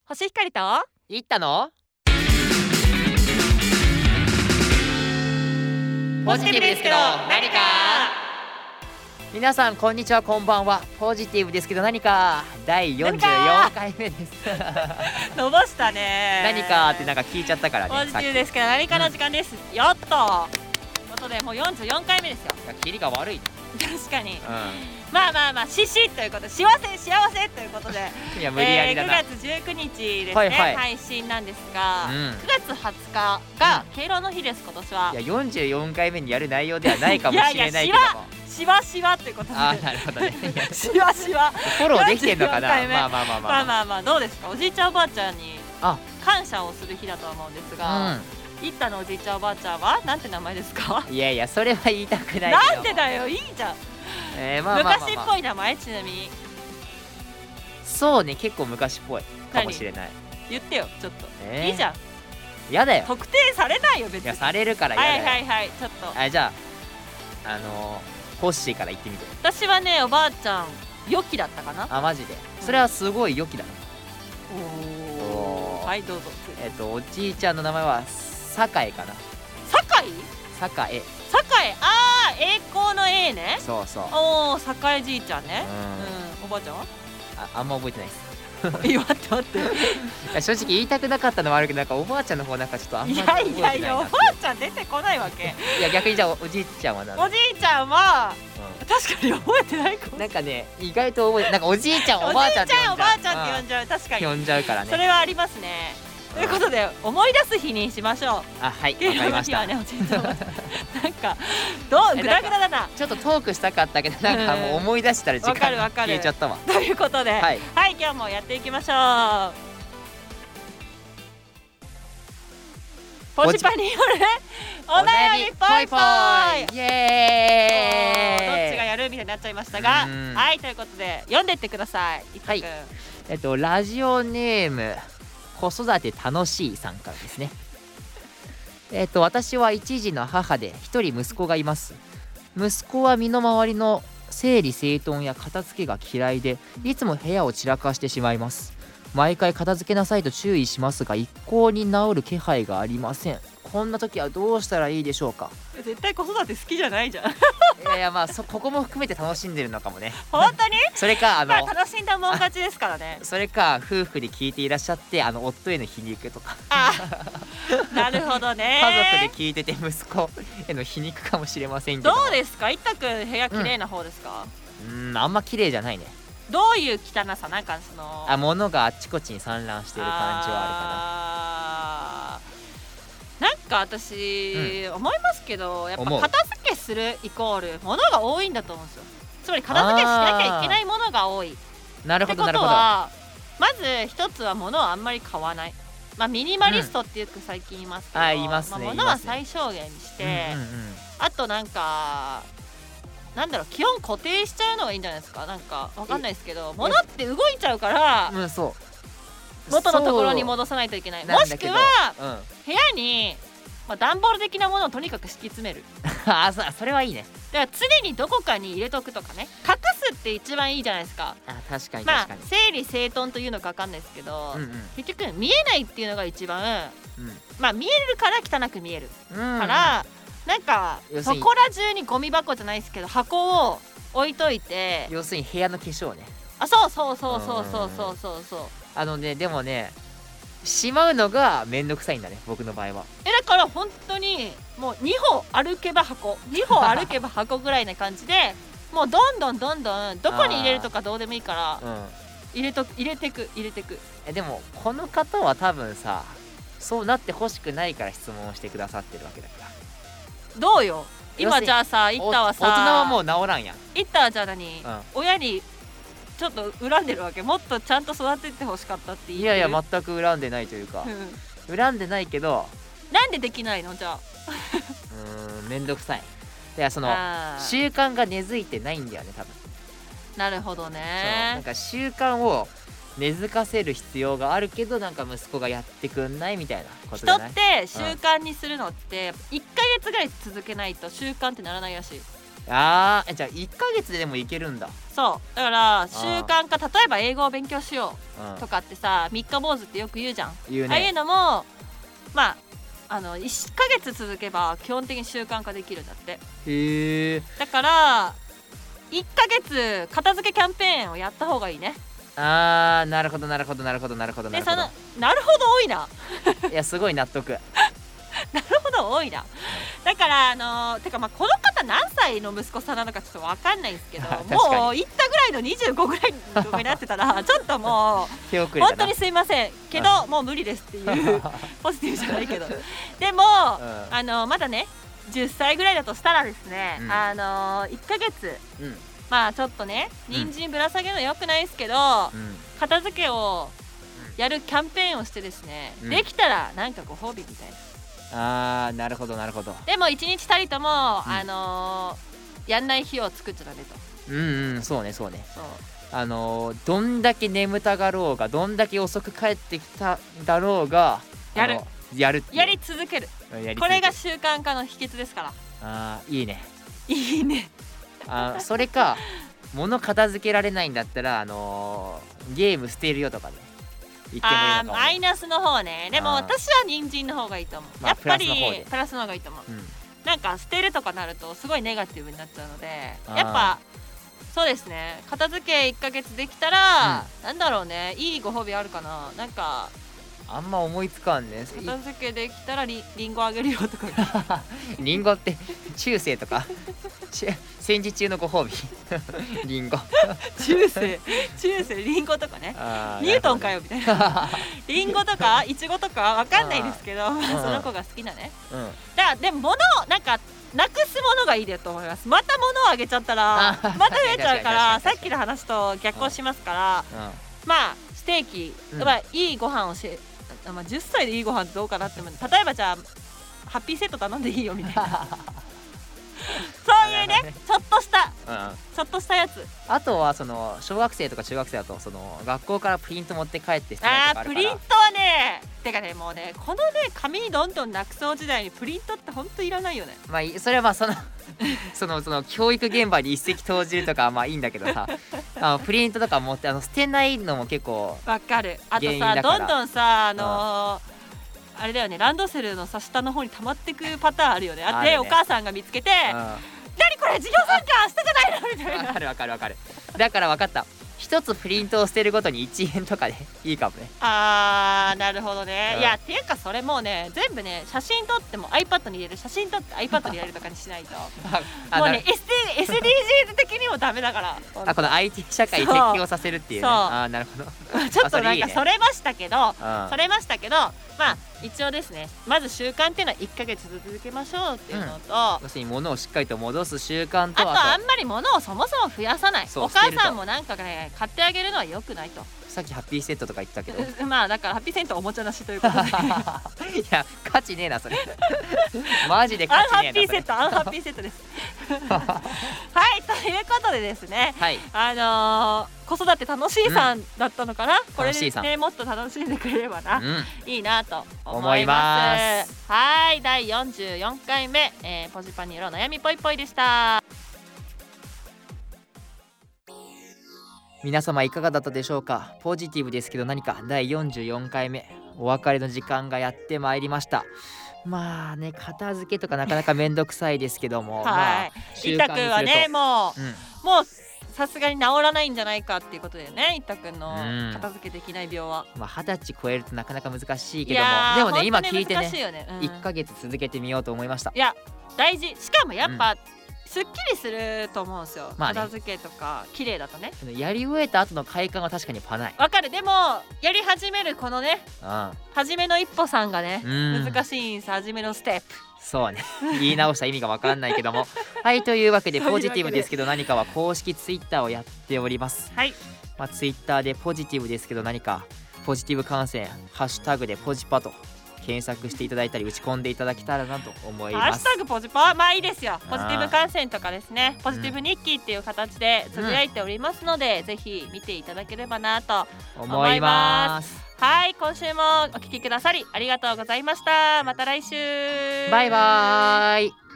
星光と行ったのポジティブですけど何か。皆さんこんにちは、こんばんは。ポジティブですけど何か第44回目です伸ばしたね。 何かってなんか聞いちゃったからね。 ポジティブですけど何かの時間です、やっとということでもう44回目ですよ。 キリが悪いね。 確かに、まあしということで幸せということでいや無理やりだな、 9月19日ですね、 はいはい配信なんですが、 9 月20日が敬老の日です。今年は。 いや44回目にやる内容ではないかもしれないけどもしわということで、 なるほどねしわフォローできてんのかな。 まあどうですか、おじいちゃんおばあちゃんに感謝をする日だとは思うんですが、いったのおじいちゃんおばあちゃんはなんて名前ですか？ いやそれは言いたくないけど。 なんでだよ、いいじゃん。昔っぽい名前、ちなみに。 そうね、結構昔っぽいかもしれない。 言ってよちょっと、いいじゃん。 やだよ、 特定されないよ別に。 いやされるからやだよ。 はいちょっとじゃあホッシーから言ってみて。 私はね、おばあちゃん良きだったかな。 マジで、それはすごい良きだな。 はいどうぞ。 おじいちゃんの名前は酒井かな。 酒井栄光の A ね。 そうそう。 おお、栄じいちゃんね。おばあちゃんはあんま覚えてないです待って正直言いたくなかったのはあるけど、なんかおばあちゃんの方なんかちょっとあんまり覚えてないな。いやおばあちゃん出てこないわけ。 いや逆にじゃあおじいちゃんは何？ おじいちゃんは確かに覚えてないかも。 なんかね、意外と覚えて、なんかおじいちゃんおばあちゃんっておばあちゃんって呼んじゃう。確かに呼んじゃうからね。 それはありますね。ということで思い出す日にしましょう。 はい、わかりました。 なんかグダグダだな。 ちょっとトークしたかったけど、なんかもう思い出したら時間が消えちゃったわ。 ということで、はい今日もやっていきましょう。ポジパによるお悩みぽいぽい、イエーイ。どっちがやるみたいになっちゃいましたが、はいということで読んでってください。 はい、ラジオネーム子育て楽しいさんからですね。私は一児の母で一人息子がいます。息子は身の回りの整理整頓や片付けが嫌いで、いつも部屋を散らかしてしまいます。毎回片付けなさいと注意しますが、一向に治る気配がありません。こんな時はどうしたらいいでしょうか？ 絶対子育て好きじゃないじゃん。 いやここも含めて楽しんでるのかもね。 本当に？ それか楽しんだもん勝ちですからね。 それか夫婦で聞いていらっしゃって、夫への皮肉とか。 なるほどね。 家族で聞いてて息子への皮肉かもしれませんけど。 どうですか、いったくん部屋綺麗な方ですか？ あんま綺麗じゃないね。 どういう汚さ？なんか物があっちこっちに散乱してる感じはあるかな。 なんか私、思いますけど、やっぱ片付けするイコール物が多いんだと思うんですよ。つまり片付けしなきゃいけないものが多い。 なるほどなるほど。 ってことはまず一つは物をあんまり買わない。ミニマリストってよく最近言いますけど、 言いますね。 物は最小限にして、あとなんだろう、基本固定しちゃうのがいいんじゃないですか。なんかわかんないですけど、物って動いちゃうから、元のところに戻さないといけない。もしくは部屋に段ボール的なものをとにかく敷き詰める。 それはいいね。 だから常にどこかに入れとくとかね。隠すって一番いいじゃないですか。 確かに整理整頓というのか分かんないですけど、結局見えないっていうのが一番、見えるから汚く見えるから、なんかそこら中にゴミ箱じゃないですけど箱を置いといて、 要するに部屋の化粧ね。 そうでもね、しまうのがめんどくさいんだね、僕の場合は。 だから本当にもう2歩歩けば箱ぐらいな感じで、もうどんどんどこに入れるとかどうでもいいから、入れてく。 でもこの方は多分さ、そうなってほしくないから質問をしてくださってるわけだから。 どうよ今。じゃあさ、イッターはさ、 大人はもう治らんやん。 イッターはじゃあ何、親にちょっと恨んでるわけ？もっとちゃんと育ててほしかったって言ってる？ いや全く恨んでないというか、恨んでないけど、 なんでできないの？じゃあめんどくさい。いや習慣が根付いてないんだよね、多分。 なるほどね。 なんか習慣を根付かせる必要があるけど、なんか息子がやってくんないみたいなことじゃない？ 人って習慣にするのって1ヶ月ぐらい続けないと習慣ってならないらしい。 じゃあ1ヶ月でもいけるんだ。 そうだから習慣化、例えば英語を勉強しようとかってさ、三日坊主ってよく言うじゃん。 言うね。 ああいうのもまあ1ヶ月続けば基本的に習慣化できるんだって。 へえ。 だから1ヶ月片付けキャンペーンをやった方がいいね。 なるほどなるほどなるほどなるほどなでるほど。 なるほど多いな。 いやすごい納得。 なるほど多いな。だからてかまあこの方何歳の息子さんなのかちょっと分かんないんですけどもう行ったぐらいの25ぐらいの子になってたらちょっともう手遅れだな。 本当にすいませんけどもう無理ですっていうポジティブじゃないけどでも、まだね10歳ぐらいだとしたらですね、1ヶ月、まあちょっとね人参ぶら下げるのよくないですけど、片付けをやるキャンペーンをしてですね、できたらなんかご褒美みたいな。 なるほどなるほど。 でも1日たりとも、やんない日を作っちゃダメと。 そうねそうね。 そうどんだけ眠たがろうがどんだけ遅く帰ってきただろうがやり続ける。これが習慣化の秘訣ですから。 いいねいいね。 それか物片付けられないんだったらゲーム捨てるよとかね言ってもいいのかも。 マイナスの方ね。でも私は人参の方がいいと思う。やっぱりプラスの方がいいと思う。なんか捨てるとかなるとすごいネガティブになっちゃうので、やっぱそうですね、片付け1ヶ月できたら、なんだろうね、いいご褒美あるかな。なんかあんま思いつかんね。 片付けできたらリンゴあげるよとか。 リンゴって中世とか戦時中のご褒美リンゴ中世リンゴとかね。ニュートンかよみたいな。リンゴとかイチゴとかわかんないですけど、その子が好きなね。だからでもなんかなくすものがいいだと思います。また物をあげちゃったらまた増えちゃうからさっきの話と逆行しますから、まあステーキ、いいご飯を10歳でいいご飯ってどうかなって。例えばじゃあハッピーセット頼んでいいよみたいな。そういうね、ちょっとしたやつ。 あとは小学生とか中学生だと学校からプリント持って帰って捨てないとかあるから。 プリントはね、てかねもうねこのね紙どんどんなくそう時代にプリントってほんといらないよね。 まあそれはその教育現場に一石投じるとかはまあいいんだけどさプリントとか持って捨てないのも結構わかる。あとさどんどんさあれだよね、ランドセルのさ下の方に溜まってくパターンあるよね。でお母さんが見つけて「何これ授業参加したじゃないの?」みたいな。 わかる。だから分かった。一つプリントを捨てるごとに1円とかでいいかもね。 なるほどね。いやっていうかそれもうね全部ね写真撮っても iPad に入れる、写真撮って iPad に入れるとかにしないともうね SDGs 的にもダメだから。 この IT 社会適応させるっていうね。なるほど。 ちょっとなんかそれましたけどまあ一応ですね、まず習慣っていうのは1ヶ月続けましょうっていうのと、 要するに物をしっかりと戻す習慣と、 あんまり物をそもそも増やさない。お母さんもなんかね買ってあげるのは良くないと。 さっきハッピーセットとか言ったけどまあだからハッピーセットおもちゃなしということでいや価値ねえなそれマジで価値ねえな。 アンハッピーセットですはいということでですね、子育て楽しいさんだったのかな、これでねもっと楽しんでくれればな、いいなと思います。はい第44回目、ポジパンによる悩みぽいぽいでした。 皆様いかがだったでしょうか。ポジティブですけど何か第44回目お別れの時間がやってまいりました。まあね片付けとかなかなかめんどくさいですけども、 いったくんはねもうさすがに治らないんじゃないかっていうことでね、いったくんの片付けできない病は。 20歳超えるとなかなか難しいけども、でもね今聞いてね1ヶ月続けてみようと思いました。 いや大事。しかもやっぱ、すっきりすると思うんですよ、片付けとか綺麗だとね。 やり終えた後の快感は確かにパない。 わかる。でもやり始めるこのね初めの一歩さんがね難しいんです。初めのステップ。 そうね言い直した意味がわかんないけどもはいというわけでポジティブですけど何かは公式ツイッターをやっております。 はい、 ツイッターでポジティブですけど何かポジティブ観戦ハッシュタグでポジパと検索していただいたり打ち込んでいただけたらなと思います。 ハッシュタグポジパまあいいですよ。ポジティブ観戦とかですね、ポジティブ日記っていう形でつぶやいておりますので、ぜひ見ていただければなと思います。はい、今週もお聞きくださりありがとうございました。また来週。 バイバーイ。